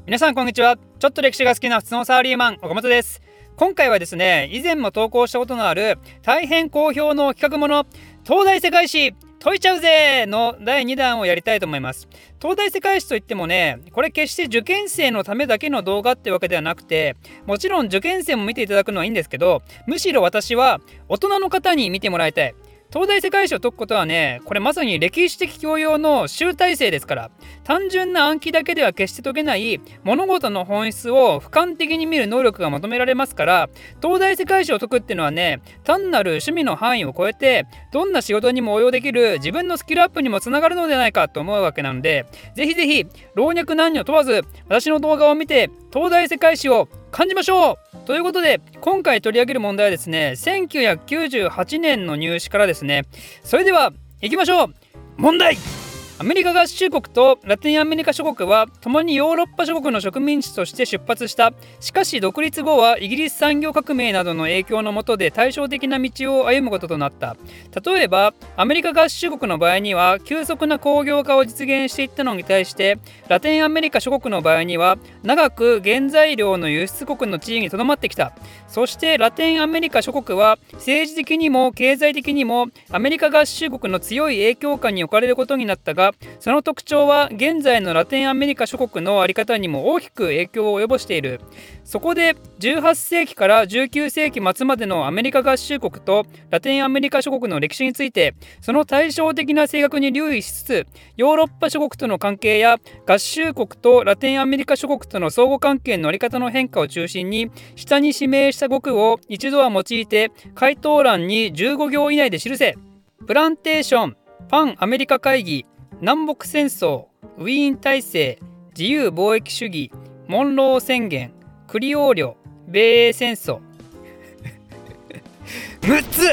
皆さんこんにちは。ちょっと歴史が好きな普通のサラリーマン岡本です。今回はですね、以前も投稿したことのある大変好評の企画もの、東大世界史解いちゃうぜの第2弾をやりたいと思います。東大世界史といってもね、これ決して受験生のためだけの動画ってわけではなくて、もちろん受験生も見ていただくのはいいんですけど、むしろ私は大人の方に見てもらいたい。東大世界史を解くことはね、これまさに歴史的教養の集大成ですから、単純な暗記だけでは決して解けない物事の本質を俯瞰的に見る能力が求められますから、東大世界史を解くっていうのはね、単なる趣味の範囲を超えてどんな仕事にも応用できる自分のスキルアップにもつながるのではないかと思うわけなので、ぜひぜひ老若男女問わず私の動画を見て東大世界史を感じましょう。ということで、今回取り上げる問題はですね、1998年の入試からですね。それでは行きましょう。問題。アメリカ合衆国とラテンアメリカ諸国は共にヨーロッパ諸国の植民地として出発した。しかし独立後はイギリス産業革命などの影響の下で対照的な道を歩むこととなった。例えばアメリカ合衆国の場合には急速な工業化を実現していったのに対して、ラテンアメリカ諸国の場合には長く原材料の輸出国の地位にとどまってきた。そしてラテンアメリカ諸国は政治的にも経済的にもアメリカ合衆国の強い影響下に置かれることになったが、その特徴は現在のラテンアメリカ諸国の在り方にも大きく影響を及ぼしている。そこで18世紀から19世紀末までのアメリカ合衆国とラテンアメリカ諸国の歴史について、その対照的な性格に留意しつつ、ヨーロッパ諸国との関係や合衆国とラテンアメリカ諸国との相互関係の在り方の変化を中心に、下に指名した語句を一度は用いて回答欄に15行以内で記せ。プランテーション、パンアメリカ会議、南北戦争、ウィーン体制、自由貿易主義、モンロー宣言、クリオー領、米英戦争。6つ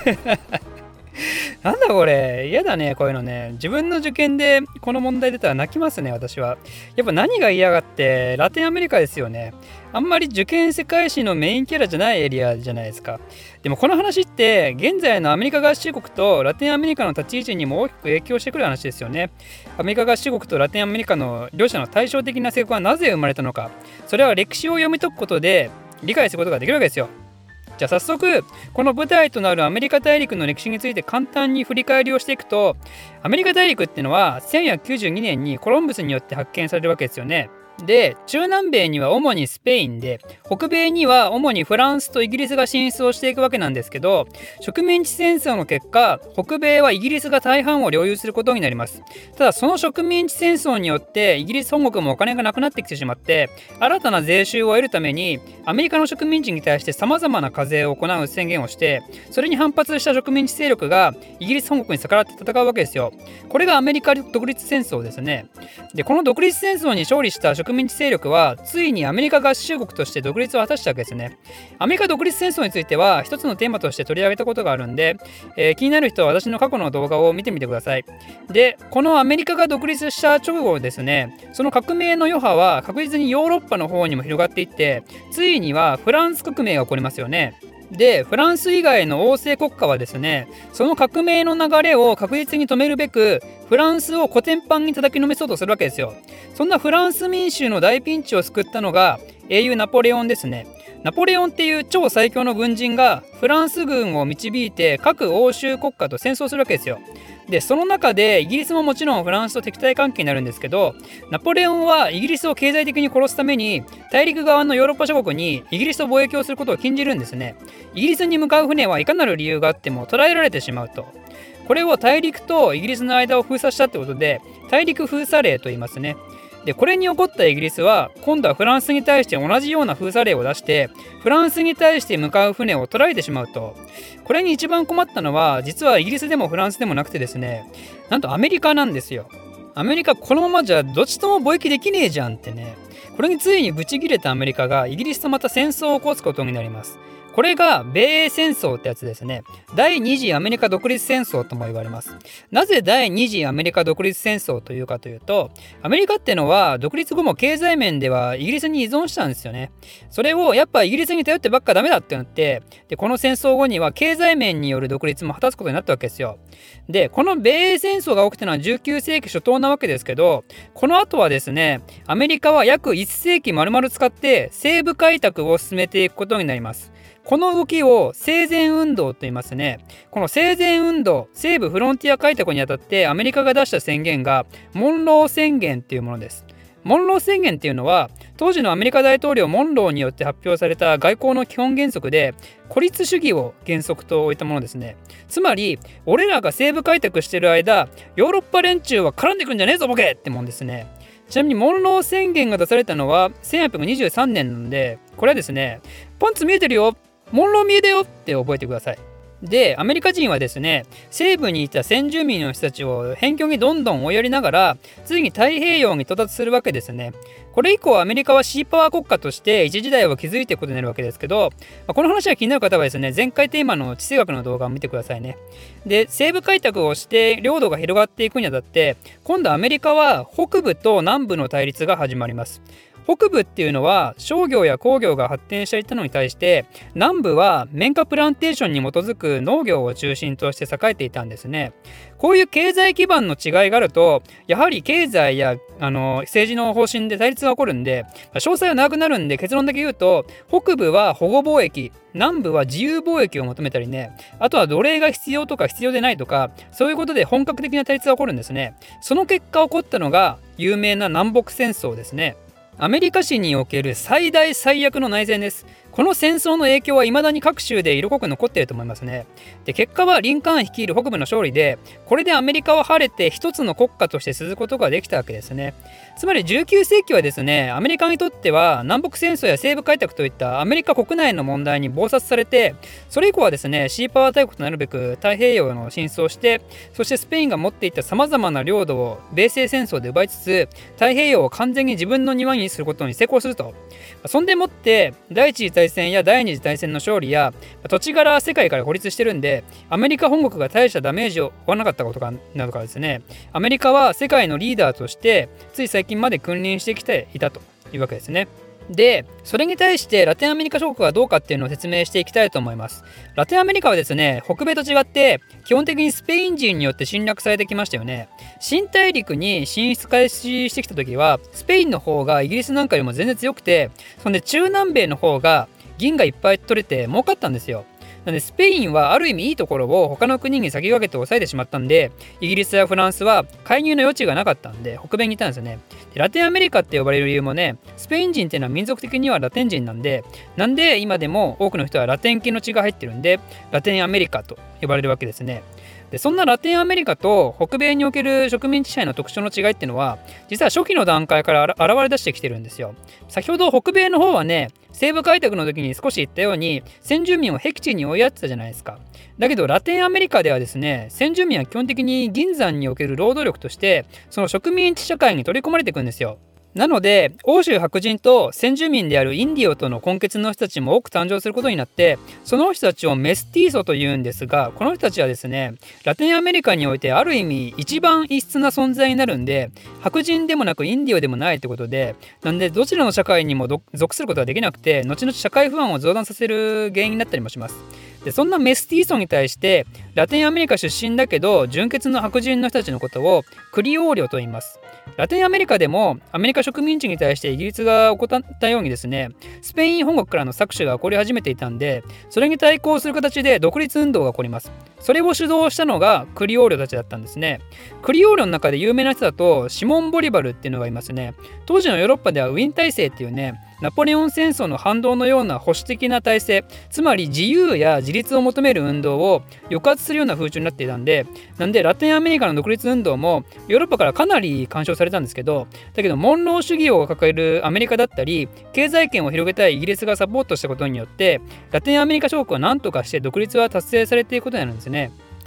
なんだこれ、嫌だね、こういうのね。自分の受験でこの問題出たら泣きますね、私は。やっぱ何が嫌がってラテンアメリカですよね。あんまり受験世界史のメインキャラじゃないエリアじゃないですか。でもこの話って現在のアメリカ合衆国とラテンアメリカの立ち位置にも大きく影響してくる話ですよね。アメリカ合衆国とラテンアメリカの両者の対照的な性格はなぜ生まれたのか、それは歴史を読み解くことで理解することができるわけですよ。じゃあ早速この舞台となるアメリカ大陸の歴史について簡単に振り返りをしていくと、アメリカ大陸っていうのは1492年にコロンブスによって発見されるわけですよね。で、中南米には主にスペインで、北米には主にフランスとイギリスが進出をしていくわけなんですけど、植民地戦争の結果、北米はイギリスが大半を領有することになります。ただその植民地戦争によってイギリス本国もお金がなくなってきてしまって、新たな税収を得るためにアメリカの植民地に対して様々な課税を行う宣言をして、それに反発した植民地勢力がイギリス本国に逆らって戦うわけですよ。これがアメリカ独立戦争ですね。で、この独立戦争に勝利した植民地勢力はついにアメリカ合衆国として独立を果たしたわけですね。アメリカ独立戦争については一つのテーマとして取り上げたことがあるんで、気になる人は私の過去の動画を見てみてください。で、このアメリカが独立した直後ですね、その革命の余波は確実にヨーロッパの方にも広がっていって、ついにはフランス革命が起こりますよね。で、フランス以外の王政国家はですね、その革命の流れを確実に止めるべくフランスをコテンパンに叩きのめそうとするわけですよ。そんなフランス民衆の大ピンチを救ったのが英雄ナポレオンですね。ナポレオンっていう超最強の軍人がフランス軍を導いて各欧州国家と戦争するわけですよ。で、その中でイギリスももちろんフランスと敵対関係になるんですけど、ナポレオンはイギリスを経済的に殺すために大陸側のヨーロッパ諸国にイギリスと貿易をすることを禁じるんですね。イギリスに向かう船はいかなる理由があっても捕らえられてしまうと。これを大陸とイギリスの間を封鎖したってことで大陸封鎖令と言いますね。で、これに怒ったイギリスは今度はフランスに対して同じような封鎖令を出してフランスに対して向かう船を捕らえてしまうと。これに一番困ったのは実はイギリスでもフランスでもなくてですね、なんとアメリカなんですよ。アメリカこのままじゃどっちとも貿易できねえじゃんってね。これについにブチギレたアメリカがイギリスとまた戦争を起こすことになります。 これが米英戦争ってやつですね。第二次アメリカ独立戦争とも言われます。なぜ第二次アメリカ独立戦争というかというと、アメリカってのは独立後も経済面ではイギリスに依存したんですよね。それをやっぱイギリスに頼ってばっかダメだってなって、でこの戦争後には経済面による独立も果たすことになったわけですよ。でこの米英戦争が起きたのは19世紀初頭なわけですけど、この後はですね、アメリカは約1世紀丸々使って西部開拓を進めていくことになります。この動きを生前運動と言いますね。この生前運動、西部フロンティア開拓にあたってアメリカが出した宣言がモンロー宣言っていうものです。モンロー宣言っていうのは当時のアメリカ大統領モンローによって発表された外交の基本原則で、孤立主義を原則と置いたものですね。つまり俺らが西部開拓してる間、ヨーロッパ連中は絡んでくんじゃねえぞボケってもんですね。ちなみにモンロー宣言が出されたのは1823年なんで、これはですね、パンツ見えてるよ、モンロー見えたよって覚えてください。でアメリカ人はですね、西部にいた先住民の人たちを辺境にどんどん追いやりながら次に太平洋に到達するわけですね。これ以降アメリカはシーパワー国家として一時代を築いていくことになるわけですけど、この話が気になる方はですね、前回テーマの地政学の動画を見てくださいね。で西部開拓をして領土が広がっていくにあたって、今度アメリカは北部と南部の対立が始まります。北部っていうのは商業や工業が発展していったのに対して、南部は綿花プランテーションに基づく農業を中心として栄えていたんですね。こういう経済基盤の違いがあると、やはり経済や政治の方針で対立が起こるんで、詳細は長くなるんで結論だけ言うと、北部は保護貿易、南部は自由貿易を求めたりね、あとは奴隷が必要とか必要でないとか、そういうことで本格的な対立が起こるんですね。その結果起こったのが有名な南北戦争ですね。アメリカ史における最大最悪の内戦です。この戦争の影響は未だに各州で色濃く残っていると思いますね。で結果はリンカーン率いる北部の勝利で、これでアメリカは晴れて一つの国家として続くことができたわけですね。つまり19世紀はですね、アメリカにとっては南北戦争や西部開拓といったアメリカ国内の問題に忙殺されて、それ以降はですね、シーパワー大国となるべく太平洋の進出をして、そしてスペインが持っていたさまざまな領土を米西戦争で奪いつつ、太平洋を完全に自分の庭にすることに成功すると。そんでもって第一次大戦や第二次大戦の勝利や土地柄世界から孤立してるんで、アメリカ本国が大したダメージを負わなかったことなどからですね、アメリカは世界のリーダーとしてつい最近まで君臨してきていたというわけですね。でそれに対してラテンアメリカ諸国はどうかっていうのを説明していきたいと思います。ラテンアメリカはですね、北米と違って基本的にスペイン人によって侵略されてきましたよね。新大陸に進出開始してきた時はスペインの方がイギリスなんかよりも全然強くて、そんで中南米の方が銀がいっぱい取れて儲かったんですよ。なのでスペインはある意味いいところを他の国に先駆けて抑えてしまったんで、イギリスやフランスは介入の余地がなかったんで北米にいたんですよね。でラテンアメリカって呼ばれる理由もね、スペイン人っていうのは民族的にはラテン人なんで今でも多くの人はラテン系の血が入ってるんでラテンアメリカと呼ばれるわけですね。でそんなラテンアメリカと北米における植民地支配の特徴の違いっていうのは、実は初期の段階から現れ出してきてるんですよ。先ほど北米の方はね、西部開拓の時に少し言ったように先住民を僻地に追いやってたじゃないですか。だけどラテンアメリカではですね、先住民は基本的に銀山における労働力としてその植民地社会に取り込まれていくんですよ。なので欧州白人と先住民であるインディオとの根血の人たちも多く誕生することになって、その人たちをメスティーソというんですが、この人たちはですね、ラテンアメリカにおいてある意味一番異質な存在になるんで、白人でもなくインディオでもないってことで、なんでどちらの社会にも属することができなくて、後々社会不安を増大させる原因になったりもします。でそんなメスティーソに対してラテンアメリカ出身だけど純血の白人の人たちのことをクリオーリョと言います。ラテンアメリカでもアメリカ植民地に対してイギリスが行ったようにですね、スペイン本国からの搾取が起こり始めていたんで、それに対抗する形で独立運動が起こります。それを主導したのがクリオーリョたちだったんですね。クリオーリョの中で有名な人だとシモン・ボリバルっていうのがいますね。当時のヨーロッパではウィーン体制っていうね、ナポレオン戦争の反動のような保守的な体制、つまり自由や自立を求める運動を抑圧するような風潮になっていたんで、ラテンアメリカの独立運動もヨーロッパからかなり干渉されたんですけど、だけどモンロー主義を抱えるアメリカだったり経済圏を広げたいイギリスがサポートしたことによって、ラテンアメリカ諸国は何とかして独立は達成されていくことになるんですね。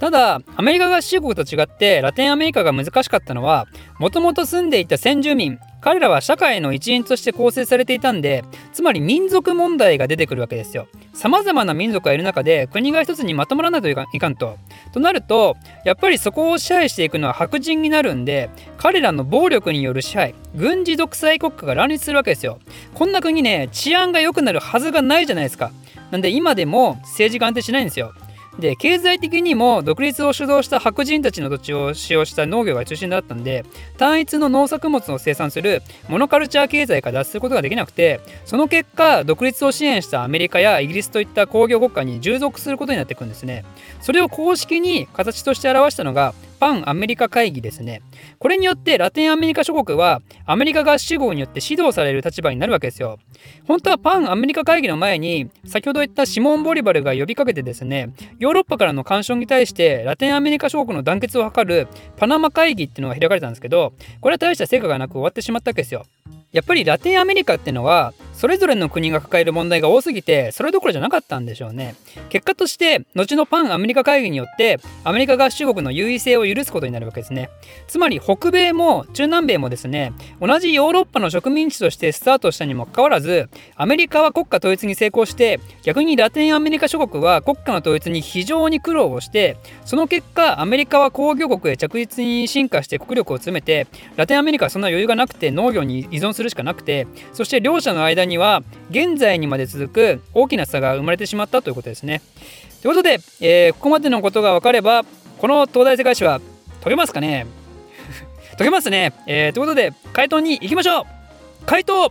ただアメリカ合衆国と違ってラテンアメリカが難しかったのは、もともと住んでいた先住民、彼らは社会の一員として構成されていたんで、つまり民族問題が出てくるわけですよ。様々な民族がいる中で国が一つにまとまらないといかんと。となるとやっぱりそこを支配していくのは白人になるんで、彼らの暴力による支配、軍事独裁国家が乱立するわけですよ。こんな国ね、治安が良くなるはずがないじゃないですか。なんで今でも政治が安定しないんですよ。で経済的にも独立を主導した白人たちの土地を使用した農業が中心だったんで、単一の農作物を生産するモノカルチャー経済から脱することができなくて、その結果独立を支援したアメリカやイギリスといった工業国家に従属することになっていくんですね。それを公式に形として表したのがパンアメリカ会議ですね。これによってラテンアメリカ諸国はアメリカ合衆国によって指導される立場になるわけですよ。本当はパンアメリカ会議の前に先ほど言ったシモン・ボリバルが呼びかけてですね、ヨーロッパからの干渉に対してラテンアメリカ諸国の団結を図るパナマ会議っていうのが開かれたんですけど、これは大した成果がなく終わってしまったわけですよ。やっぱりラテンアメリカっていうのはそれぞれの国が抱える問題が多すぎてそれどころじゃなかったんでしょうね。結果として後のパンアメリカ会議によってアメリカ合衆国の優位性を許すことになるわけですね。つまり北米も中南米もですね、同じヨーロッパの植民地としてスタートしたにもかかわらず、アメリカは国家統一に成功して、逆にラテンアメリカ諸国は国家の統一に非常に苦労をして、その結果アメリカは工業国へ着実に進化して国力を詰めて、ラテンアメリカはそんな余裕がなくて農業に依存するしかなくて、そして両者の間には現在にまで続く大きな差が生まれてしまったということですね。ということで、ここまでのことが分かればこの東大世界史は解けますかね。解けますね。ということで回答に行きましょう。回答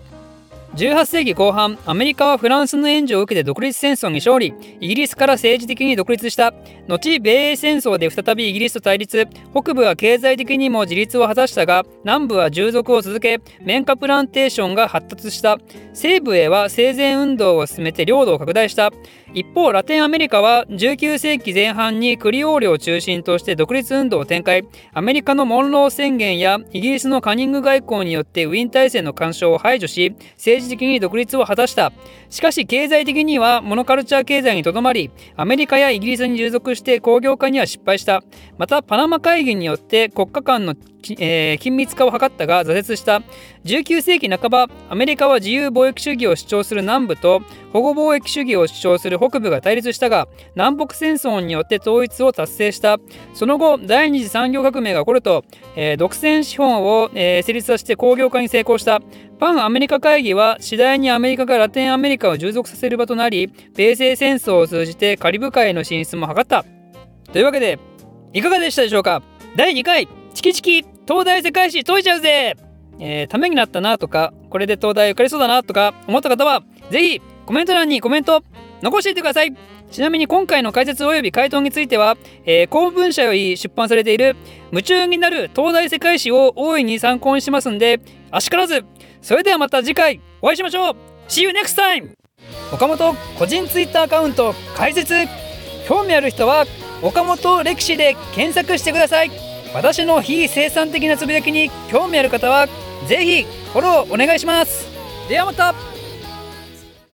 18世紀後半、アメリカはフランスの援助を受けて独立戦争に勝利、イギリスから政治的に独立した。後、米英戦争で再びイギリスと対立、北部は経済的にも自立を果たしたが、南部は従属を続け、綿花プランテーションが発達した。西部へは生前運動を進めて領土を拡大した。一方、ラテンアメリカは19世紀前半にクリオーレを中心として独立運動を展開。アメリカのモンロー宣言やイギリスのカニング外交によってウィーン体制の干渉を排除し、政治的に独立を果たした。しかし経済的にはモノカルチャー経済にとどまり、アメリカやイギリスに従属して工業化には失敗した。またパナマ会議によって国家間の緊密化を図ったが挫折した。19世紀半ば、アメリカは自由貿易主義を主張する南部と保護貿易主義を主張する北部が対立したが、南北戦争によって統一を達成した。その後、第二次産業革命が起こると、独占資本を、成立させて工業化に成功した。パンアメリカ会議は次第にアメリカがラテンアメリカを従属させる場となり、米西戦争を通じてカリブ海への進出も図った。というわけで、いかがでしたでしょうか。第2回チキチキ東大世界史解いちゃうぜ。ためになったなとか、これで東大受かりそうだなとか思った方はぜひコメント欄にコメント残していてください。ちなみに今回の解説及び回答については、公文社より出版されている夢中になる東大世界史を大いに参考にしますんで、あしからず。それではまた次回お会いしましょう。 See you next time。 岡本個人ツイッターアカウント開設。興味ある人は岡本歴史で検索してください。私の非生産的なつぶやきに興味ある方はぜひフォローお願いします。ではまた。